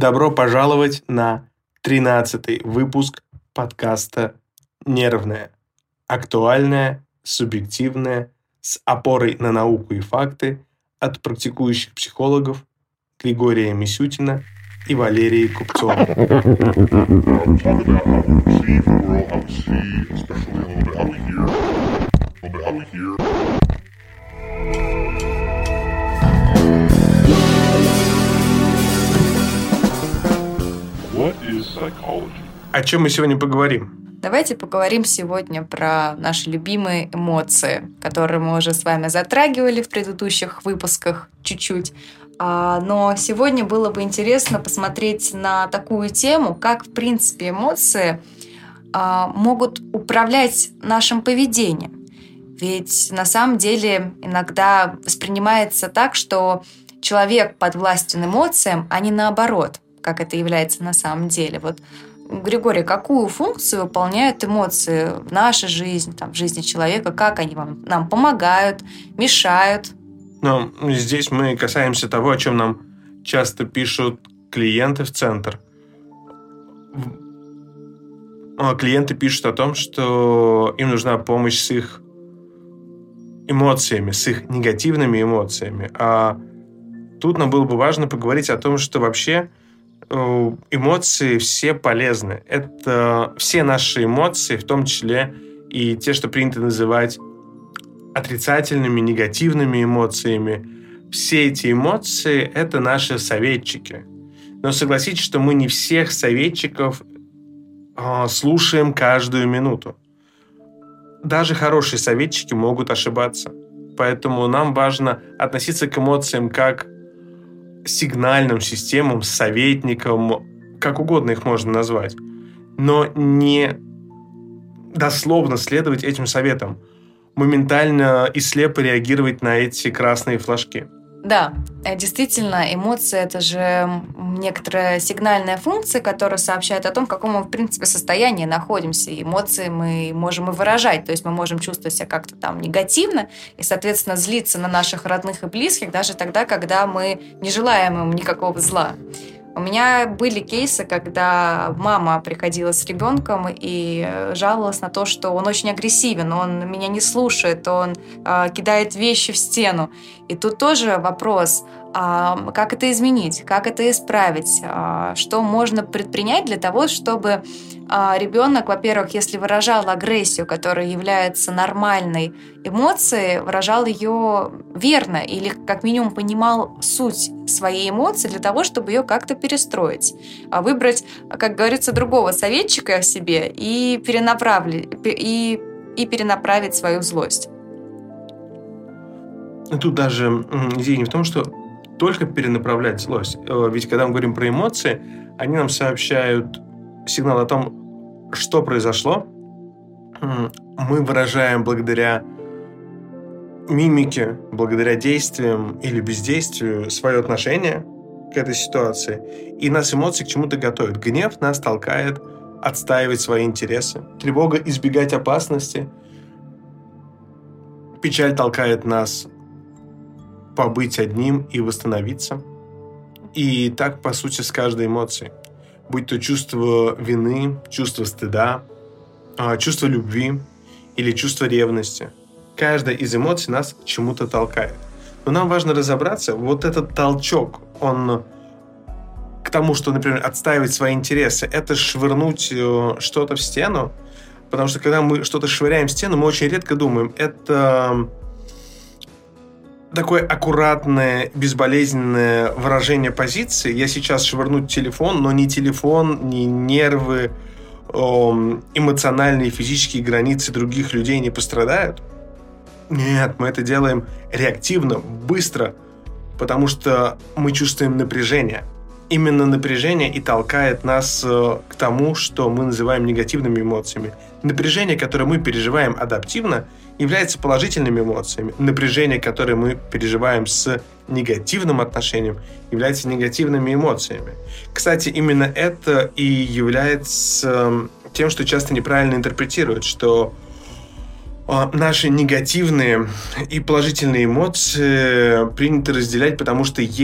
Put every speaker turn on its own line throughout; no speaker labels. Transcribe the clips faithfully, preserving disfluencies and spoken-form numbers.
Добро пожаловать на тринадцатый выпуск подкаста «Нервное». Актуальное, субъективное, с опорой на науку и факты от практикующих психологов Григория Мисютина и Валерии Купцовой. О чем мы сегодня поговорим?
Давайте поговорим сегодня про наши любимые эмоции, которые мы уже с вами затрагивали в предыдущих выпусках чуть-чуть. Но сегодня было бы интересно посмотреть на такую тему, как, в принципе, эмоции могут управлять нашим поведением. Ведь на самом деле иногда воспринимается так, что человек подвластен эмоциям, а не наоборот, как это является на самом деле. Вот, Григорий, какую функцию выполняют эмоции в нашей жизни, там, в жизни человека? Как они вам, нам помогают, мешают?
Ну, здесь мы касаемся того, о чем нам часто пишут клиенты в центр. Клиенты пишут о том, что им нужна помощь с их эмоциями, с их негативными эмоциями. А тут нам было бы важно поговорить о том, что вообще эмоции все полезны. Это все наши эмоции, в том числе и те, что принято называть отрицательными, негативными эмоциями. Все эти эмоции – это наши советчики. Но согласитесь, что мы не всех советчиков э, слушаем каждую минуту. Даже хорошие советчики могут ошибаться. Поэтому нам важно относиться к эмоциям как сигнальным системам, советникам, как угодно их можно назвать, но не дословно следовать этим советам, моментально и слепо реагировать на эти красные флажки.
Да, действительно, эмоции – это же некоторая сигнальная функция, которая сообщает о том, в каком мы, в принципе, состоянии находимся. И эмоции мы можем и выражать, то есть мы можем чувствовать себя как-то там негативно и, соответственно, злиться на наших родных и близких даже тогда, когда мы не желаем им никакого зла. У меня были кейсы, когда мама приходила с ребенком и жаловалась на то, что он очень агрессивен, он меня не слушает, он э, кидает вещи в стену. И тут тоже вопрос, э, как это изменить, как это исправить, э, что можно предпринять для того, чтобы э, ребенок, во-первых, если выражал агрессию, которая является нормальной эмоцией, выражал ее верно или как минимум понимал суть своей эмоции для того, чтобы ее как-то перестроить. А выбрать, как говорится, другого советчика в себе и перенаправить, и, и перенаправить свою злость.
Тут даже идея не в том, что только перенаправлять злость. Ведь когда мы говорим про эмоции, они нам сообщают сигнал о том, что произошло. Мы выражаем благодаря мимике, благодаря действиям или бездействию свое отношение к этой ситуации. И нас эмоции к чему-то готовят. Гнев нас толкает отстаивать свои интересы. Тревога – избегать опасности. Печаль толкает нас побыть одним и восстановиться. И так, по сути, с каждой эмоцией. Будь то чувство вины, чувство стыда, чувство любви или чувство ревности. Каждая из эмоций нас к чему-то толкает. Но нам важно разобраться, вот этот толчок, он к тому, что, например, отстаивать свои интересы, это швырнуть что-то в стену, потому что когда мы что-то швыряем в стену, мы очень редко думаем, это такое аккуратное, безболезненное выражение позиции. Я сейчас швырну телефон, но ни телефон, ни нервы, эмоциональные и физические границы других людей не пострадают. Нет, мы это делаем реактивно, быстро, потому что мы чувствуем напряжение. Именно напряжение и толкает нас к тому, что мы называем негативными эмоциями. Напряжение, которое мы переживаем адаптивно, является положительными эмоциями. Напряжение, которое мы переживаем с негативным отношением, является негативными эмоциями. Кстати, именно это и является тем, что часто неправильно интерпретируют, что наши негативные и положительные эмоции принято разделять, потому что есть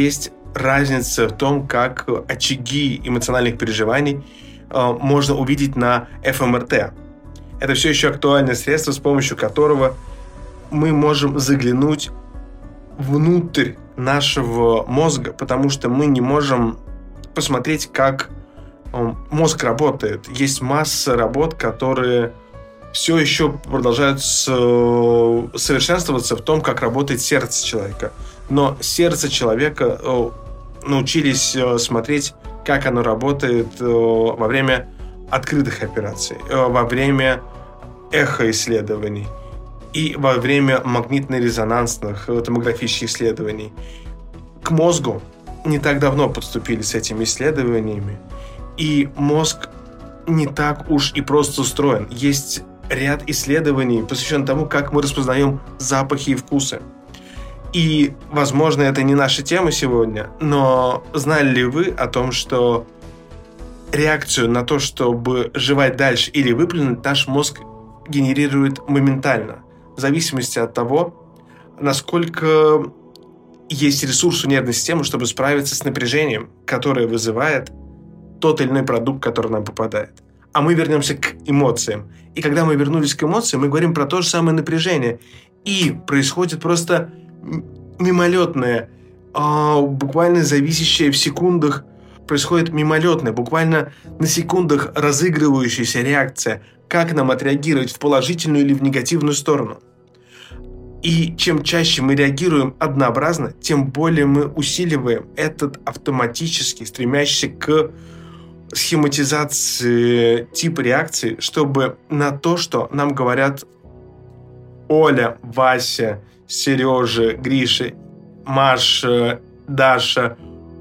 разница в том, как очаги эмоциональных переживаний э, можно увидеть на эф эм эр тэ. Это все еще актуальное средство, с помощью которого мы можем заглянуть внутрь нашего мозга, потому что мы не можем посмотреть, как э, мозг работает. Есть масса работ, которые все еще продолжают совершенствоваться в том, как работает сердце человека. Но сердце человека э, научились э, смотреть, как оно работает э, во время открытых операций, э, во время эхоисследований и во время магнитно-резонансных э, томографических исследований. К мозгу не так давно подступили с этими исследованиями, и мозг не так уж и просто устроен. Есть ряд исследований, посвященных тому, как мы распознаем запахи и вкусы. И, возможно, это не наша тема сегодня, но знали ли вы о том, что реакцию на то, чтобы жевать дальше или выплюнуть, наш мозг генерирует моментально, в зависимости от того, насколько есть ресурс у нервной системы, чтобы справиться с напряжением, которое вызывает тот или иной продукт, который нам попадает. А мы вернемся к эмоциям. И когда мы вернулись к эмоциям, мы говорим про то же самое напряжение. И происходит просто мимолетное, э, буквально зависящее в секундах, происходит мимолетная, буквально на секундах разыгрывающаяся реакция, как нам отреагировать в положительную или в негативную сторону. И чем чаще мы реагируем однообразно, тем более мы усиливаем этот автоматически стремящийся к схематизации типа реакции, чтобы на то, что нам говорят Оля, Вася, Сережа, Гриша, Маша, Даша,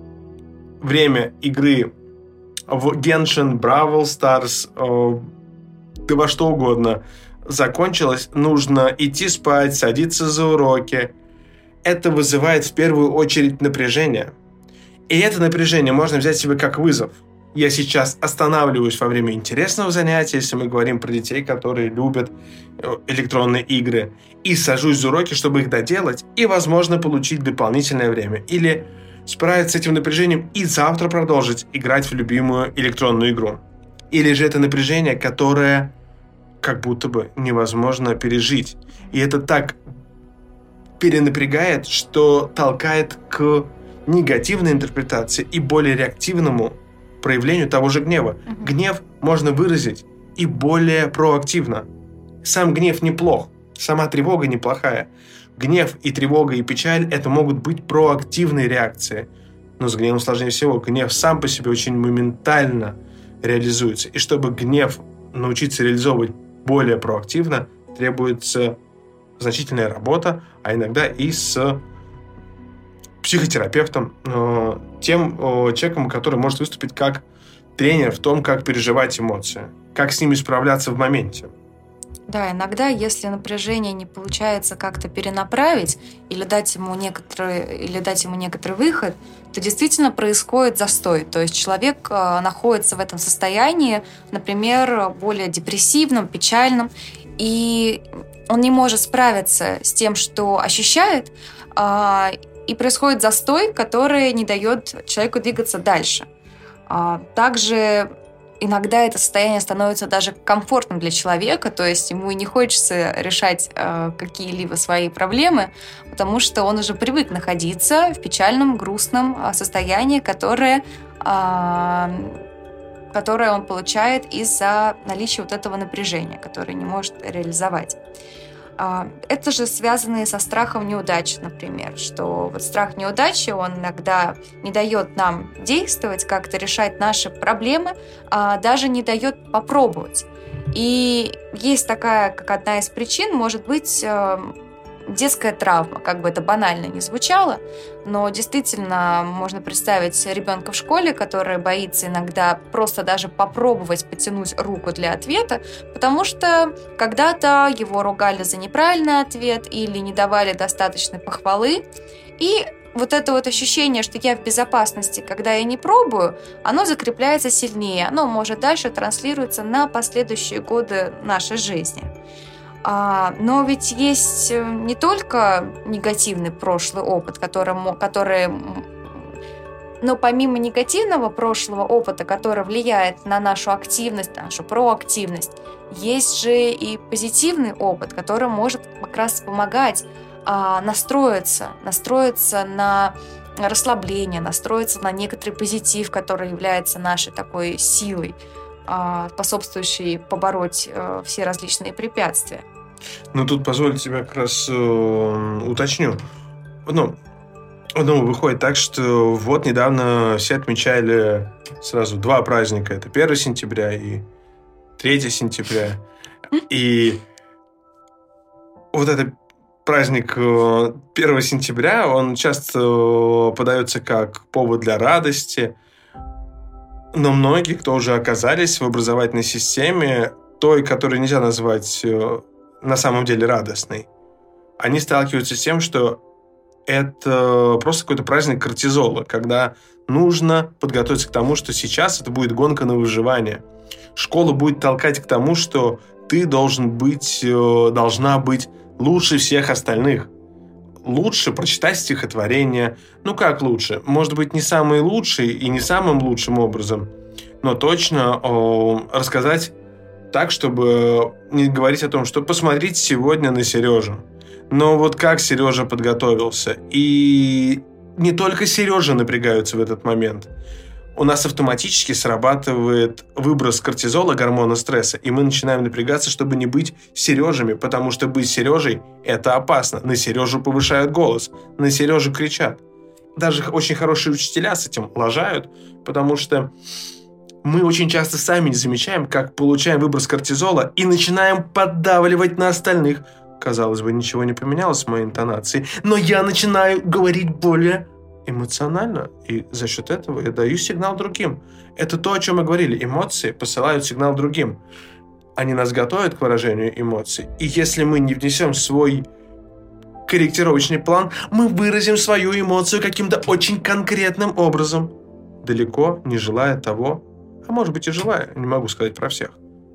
время игры в Genshin, Бравл Старс, э, да во что угодно закончилось, нужно идти спать, садиться за уроки. Это вызывает в первую очередь напряжение. И это напряжение можно взять себе как вызов. Я сейчас останавливаюсь во время интересного занятия, если мы говорим про детей, которые любят электронные игры, и сажусь за уроки, чтобы их доделать и, возможно, получить дополнительное время. Или справиться с этим напряжением и завтра продолжить играть в любимую электронную игру. Или же это напряжение, которое как будто бы невозможно пережить. И это так перенапрягает, что толкает к негативной интерпретации и более реактивному проявлению того же гнева. Mm-hmm. Гнев можно выразить и более проактивно. Сам гнев неплох, сама тревога неплохая. Гнев и тревога и печаль – это могут быть проактивные реакции. Но с гневом сложнее всего. Гнев сам по себе очень моментально реализуется. И чтобы гнев научиться реализовывать более проактивно, требуется значительная работа, а иногда и с психотерапевтом, тем человеком, который может выступить как тренер в том, как переживать эмоции, как с ними справляться в моменте.
Да, иногда, если напряжение не получается как-то перенаправить или дать ему некоторый, или дать ему некоторый выход, то действительно происходит застой. То есть человек находится в этом состоянии, например, более депрессивном, печальном, и он не может справиться с тем, что ощущает, и происходит застой, который не дает человеку двигаться дальше. Также иногда это состояние становится даже комфортным для человека, то есть ему и не хочется решать э, какие-либо свои проблемы, потому что он уже привык находиться в печальном, грустном э, состоянии, которое, э, которое он получает из-за наличия вот этого напряжения, которое не может реализовать. Это же связано и со страхом неудачи, например, что вот страх неудачи, он иногда не дает нам действовать, как-то решать наши проблемы, а даже не дает попробовать. И есть такая, как одна из причин, может быть, детская травма, как бы это банально ни звучало, но действительно можно представить ребенка в школе, который боится иногда просто даже попробовать потянуть руку для ответа, потому что когда-то его ругали за неправильный ответ или не давали достаточной похвалы, и вот это вот ощущение, что я в безопасности, когда я не пробую, оно закрепляется сильнее, оно может дальше транслироваться на последующие годы нашей жизни. Но ведь есть не только негативный прошлый опыт, который, который Но помимо негативного прошлого опыта, который влияет на нашу активность, на нашу проактивность, есть же и позитивный опыт, который может как раз помогать а, настроиться, настроиться на расслабление, настроиться на некоторый позитив, который является нашей такой силой, а, способствующей побороть а, все различные препятствия.
Ну, тут позвольте тебя как раз э, уточню. Ну, Ну, выходит так, что вот недавно все отмечали сразу два праздника. Это первое сентября и третье сентября. И вот этот праздник первого сентября, он часто подается как повод для радости. Но многие, кто уже оказались в образовательной системе, той, которую нельзя назвать на самом деле радостной, они сталкиваются с тем, что это просто какой-то праздник кортизола, когда нужно подготовиться к тому, что сейчас это будет гонка на выживание. Школа будет толкать к тому, что ты должен быть, должна быть лучше всех остальных. Лучше прочитать стихотворение. Ну как лучше? Может быть, не самый лучший и не самым лучшим образом, но точно о, рассказать так, чтобы не говорить о том, что посмотрите сегодня на Сережу. Но вот как Сережа подготовился. И не только Сережа напрягаются в этот момент. У нас автоматически срабатывает выброс кортизола, гормона стресса, и мы начинаем напрягаться, чтобы не быть Сережами, потому что быть Сережей – это опасно. На Сережу повышают голос, на Сережу кричат. Даже очень хорошие учителя с этим лажают, потому что мы очень часто сами не замечаем, как получаем выброс кортизола и начинаем поддавливать на остальных. Казалось бы, ничего не поменялось в моей интонации, но я начинаю говорить более эмоционально, и за счет этого я даю сигнал другим. Это то, о чем мы говорили. Эмоции посылают сигнал другим. Они нас готовят к выражению эмоций. И если мы не внесем свой корректировочный план, мы выразим свою эмоцию каким-то очень конкретным образом, далеко не желая того, а может быть и желая, не могу сказать про всех,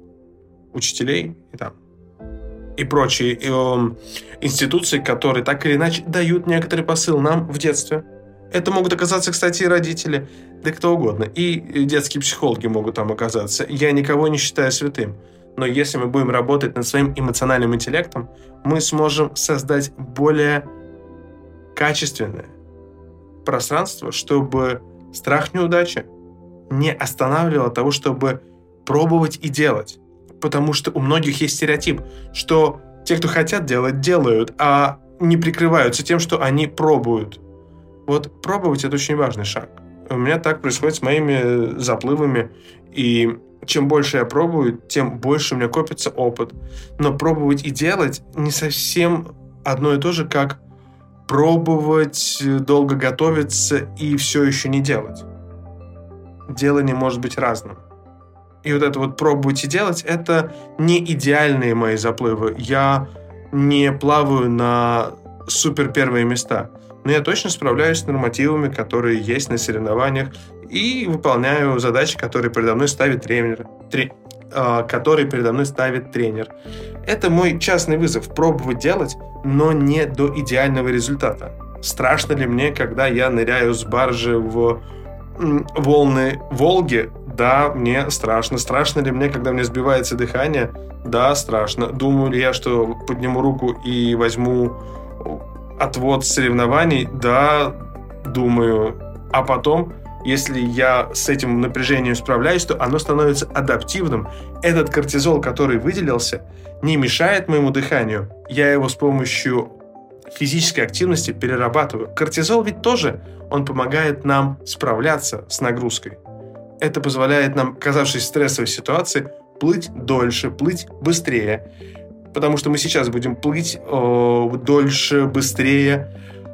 учителей и там и прочие э, институции, которые так или иначе дают некоторый посыл нам в детстве. Это могут оказаться, кстати, и родители, да кто угодно. И детские психологи могут там оказаться. Я никого не считаю святым. Но если мы будем работать над своим эмоциональным интеллектом, мы сможем создать более качественное пространство, чтобы страх неудачи не останавливал того, чтобы пробовать и делать. Потому что у многих есть стереотип, что те, кто хотят делать, делают, а не прикрываются тем, что они пробуют. Вот пробовать – это очень важный шаг. У меня так происходит с моими заплывами, и чем больше я пробую, тем больше у меня копится опыт. Но пробовать и делать не совсем одно и то же, как пробовать, долго готовиться и все еще не делать. Делание может быть разным. И вот это вот пробовать и делать – это не идеальные мои заплывы. Я не плаваю на супер первые места. Но я точно справляюсь с нормативами, которые есть на соревнованиях, и выполняю задачи, которые передо мной ставит тренер. Тре, э, которые передо мной ставит тренер. Это мой частный вызов – пробовать делать, но не до идеального результата. Страшно ли мне, когда я ныряю с баржи в м, волны Волги? Да, мне страшно. Страшно ли мне, когда мне сбивается дыхание? Да, страшно. Думаю ли я, что подниму руку и возьму отвод соревнований? Да, думаю. А потом, если я с этим напряжением справляюсь, то оно становится адаптивным. Этот кортизол, который выделился, не мешает моему дыханию. Я его с помощью физической активности перерабатываю. Кортизол ведь тоже, он помогает нам справляться с нагрузкой. Это позволяет нам, оказавшись в стрессовой ситуации, плыть дольше, плыть быстрее. Потому что мы сейчас будем плыть э, дольше, быстрее.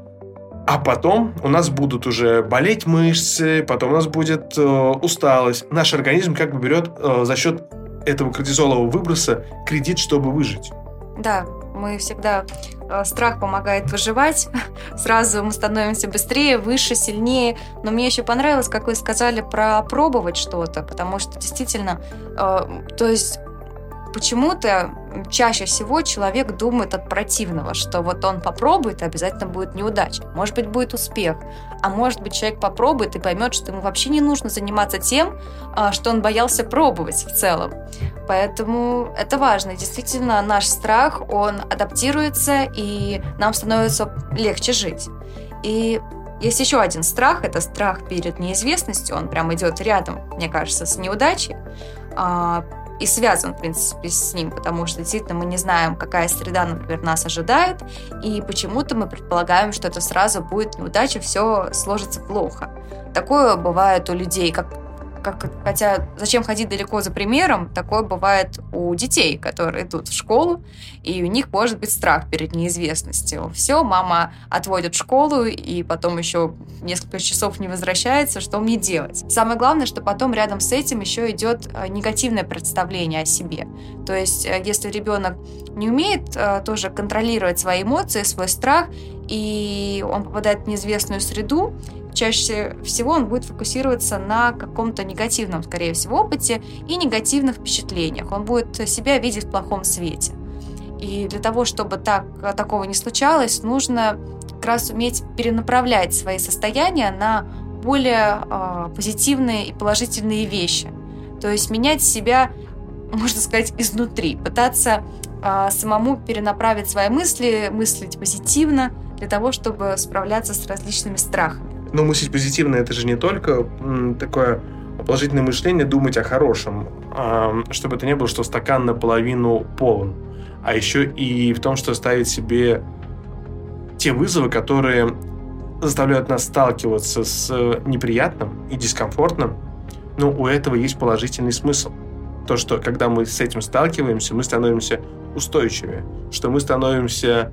А потом у нас будут уже болеть мышцы, потом у нас будет э, усталость. Наш организм как бы берет э, за счет этого кортизолового выброса кредит, чтобы выжить.
Да, мы всегда... Страх помогает выживать. Сразу мы становимся быстрее, выше, сильнее. Но мне еще понравилось, как вы сказали про пробовать что-то, потому что действительно, э, то есть почему-то чаще всего человек думает от противного, что вот он попробует, и обязательно будет неудача. Может быть, будет успех. А может быть, человек попробует и поймет, что ему вообще не нужно заниматься тем, что он боялся пробовать в целом. Поэтому это важно. Действительно, наш страх, он адаптируется, и нам становится легче жить. И есть еще один страх, это страх перед неизвестностью. Он прям идет рядом, мне кажется, с неудачей. И связан, в принципе, с ним, потому что действительно мы не знаем, какая среда, например, нас ожидает, и почему-то мы предполагаем, что это сразу будет неудача, все сложится плохо. Такое бывает у людей, как, как, хотя зачем ходить далеко за примером, такое бывает у детей, которые идут в школу, и у них может быть страх перед неизвестностью. Все, мама отводит в школу, и потом еще несколько часов не возвращается, что мне делать? Самое главное, что потом рядом с этим еще идет негативное представление о себе. То есть, если ребенок не умеет тоже контролировать свои эмоции, свой страх, и он попадает в неизвестную среду, чаще всего он будет фокусироваться на каком-то негативном, скорее всего, опыте и негативных впечатлениях. Он будет себя видеть в плохом свете. И для того, чтобы так, такого не случалось, нужно как раз уметь перенаправлять свои состояния на более э, позитивные и положительные вещи. То есть менять себя, можно сказать, изнутри, пытаться э, самому перенаправить свои мысли, мыслить позитивно, для того, чтобы справляться с различными страхами.
Но мыслить позитивно — это же не только м, такое положительное мышление, думать о хорошем, а, чтобы это не было, что стакан наполовину полон, а еще и в том, что ставить себе те вызовы, которые заставляют нас сталкиваться с неприятным и дискомфортным, но у этого есть положительный смысл. То, что когда мы с этим сталкиваемся, мы становимся устойчивее, что мы становимся,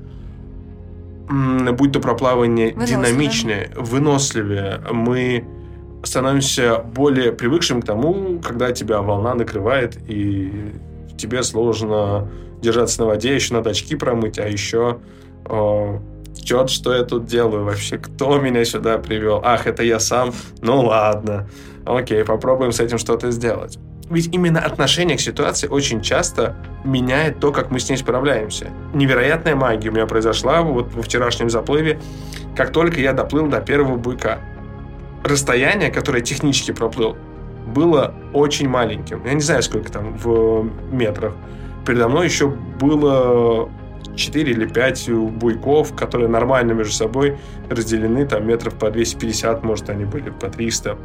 будь то про плавание, динамичнее, выносливее, мы становимся более привыкшим к тому, когда тебя волна накрывает, и тебе сложно держаться на воде, еще надо очки промыть, а еще э, черт, что я тут делаю вообще, кто меня сюда привел? Ах, это я сам? Ну ладно, окей, попробуем с этим что-то сделать. Ведь именно отношение к ситуации очень часто меняет то, как мы с ней справляемся. Невероятная магия у меня произошла вот во вчерашнем заплыве, как только я доплыл до первого буйка. Расстояние, которое технически проплыл, было очень маленьким. Я не знаю, сколько там в метрах. Передо мной еще было четыре или пять буйков, которые нормально между собой разделены, там метров по двести пятьдесят, может, они были по триста.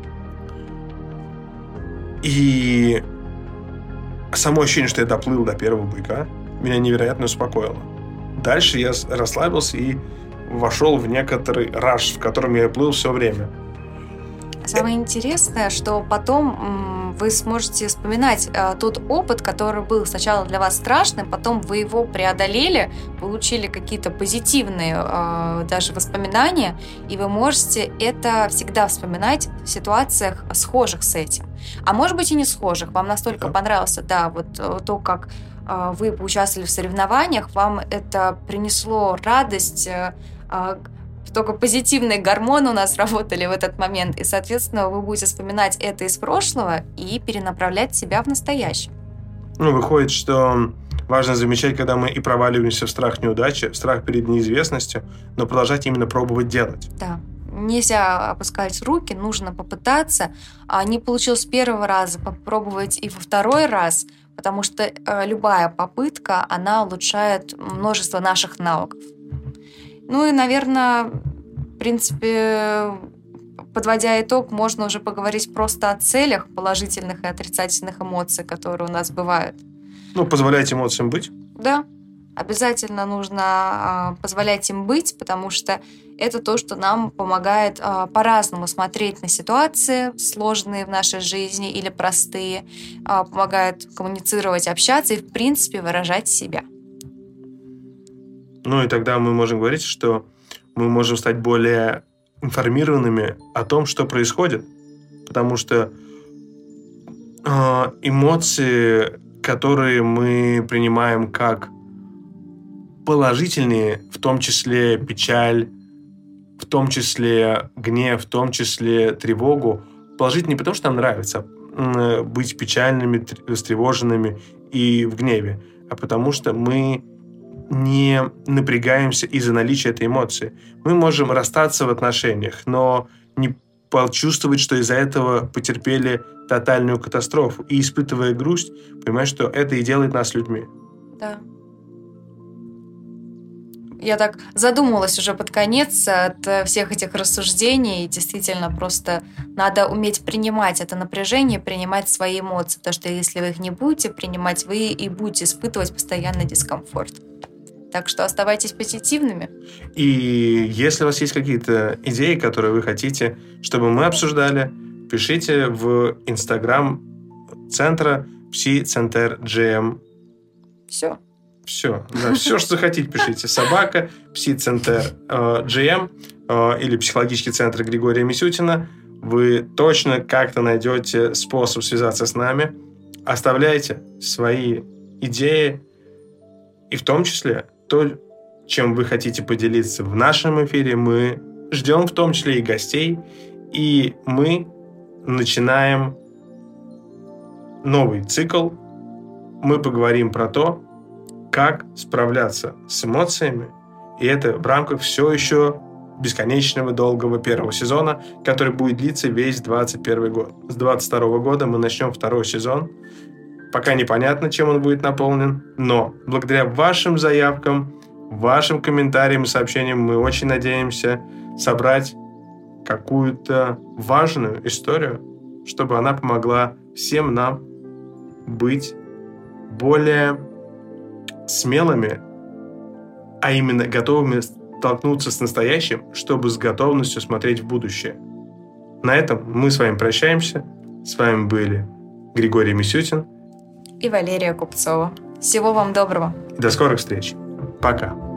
И само ощущение, что я доплыл до первого буйка, меня невероятно успокоило. Дальше я расслабился и вошел в некоторый раш, в котором я плыл все время.
Самое интересное, что потом вы сможете вспоминать э, тот опыт, который был сначала для вас страшным, потом вы его преодолели, получили какие-то позитивные э, даже воспоминания, и вы можете это всегда вспоминать в ситуациях схожих с этим. А может быть и не схожих. Вам настолько да. понравилось, да, вот то, как э, вы поучаствовали в соревнованиях, вам это принесло радость, э, только позитивные гормоны у нас работали в этот момент, и, соответственно, вы будете вспоминать это из прошлого и перенаправлять себя в настоящее.
Ну, выходит, что важно замечать, когда мы и проваливаемся в страх неудачи, в страх перед неизвестностью, но продолжать именно пробовать делать.
Да. Нельзя опускать руки, нужно попытаться. А не получилось с первого раза, попробовать и во второй раз, потому что э, любая попытка, она улучшает множество наших навыков. Ну и, наверное, в принципе, подводя итог, можно уже поговорить просто о целях положительных и отрицательных эмоций, которые у нас бывают.
Ну, позволять эмоциям быть?
Да, обязательно нужно э, позволять им быть, потому что это то, что нам помогает э, по-разному смотреть на ситуации, сложные в нашей жизни или простые, э, помогает коммуницировать, общаться и, в принципе, выражать себя.
Ну и тогда мы можем говорить, что мы можем стать более информированными о том, что происходит. Потому что э, эмоции, которые мы принимаем как положительные, в том числе печаль, в том числе гнев, в том числе тревогу, положительные не потому, что нам нравится быть печальными, встревоженными и в гневе, а потому что мы не напрягаемся из-за наличия этой эмоции. Мы можем расстаться в отношениях, но не почувствовать, что из-за этого потерпели тотальную катастрофу. И, испытывая грусть, понимать, что это и делает нас людьми.
Да. Я так задумалась уже под конец от всех этих рассуждений. И действительно, просто надо уметь принимать это напряжение, принимать свои эмоции. Потому что если вы их не будете принимать, вы и будете испытывать постоянный дискомфорт. Так что оставайтесь позитивными.
И если у вас есть какие-то идеи, которые вы хотите, чтобы мы обсуждали, пишите в Инстаграм центра Пси-центр.джм.
Все.
Все. Да, все, что захотите, пишите. Собака, Пси-центр.джм э, или психологический центр Григория Мисютина. Вы точно как-то найдете способ связаться с нами. Оставляйте свои идеи, и в том числе то, чем вы хотите поделиться в нашем эфире. Мы ждем в том числе и гостей, и мы начинаем новый цикл. Мы поговорим про то, как справляться с эмоциями, и это в рамках все еще бесконечного долгого первого сезона, который будет длиться весь двадцать первый год. С двадцать второго года мы начнем второй сезон. Пока непонятно, чем он будет наполнен, но благодаря вашим заявкам, вашим комментариям и сообщениям мы очень надеемся собрать какую-то важную историю, чтобы она помогла всем нам быть более смелыми, а именно готовыми столкнуться с настоящим, чтобы с готовностью смотреть в будущее. На этом мы с вами прощаемся. С вами были Григорий Мисютин
и Валерия Купцова. Всего вам доброго.
До скорых встреч. Пока.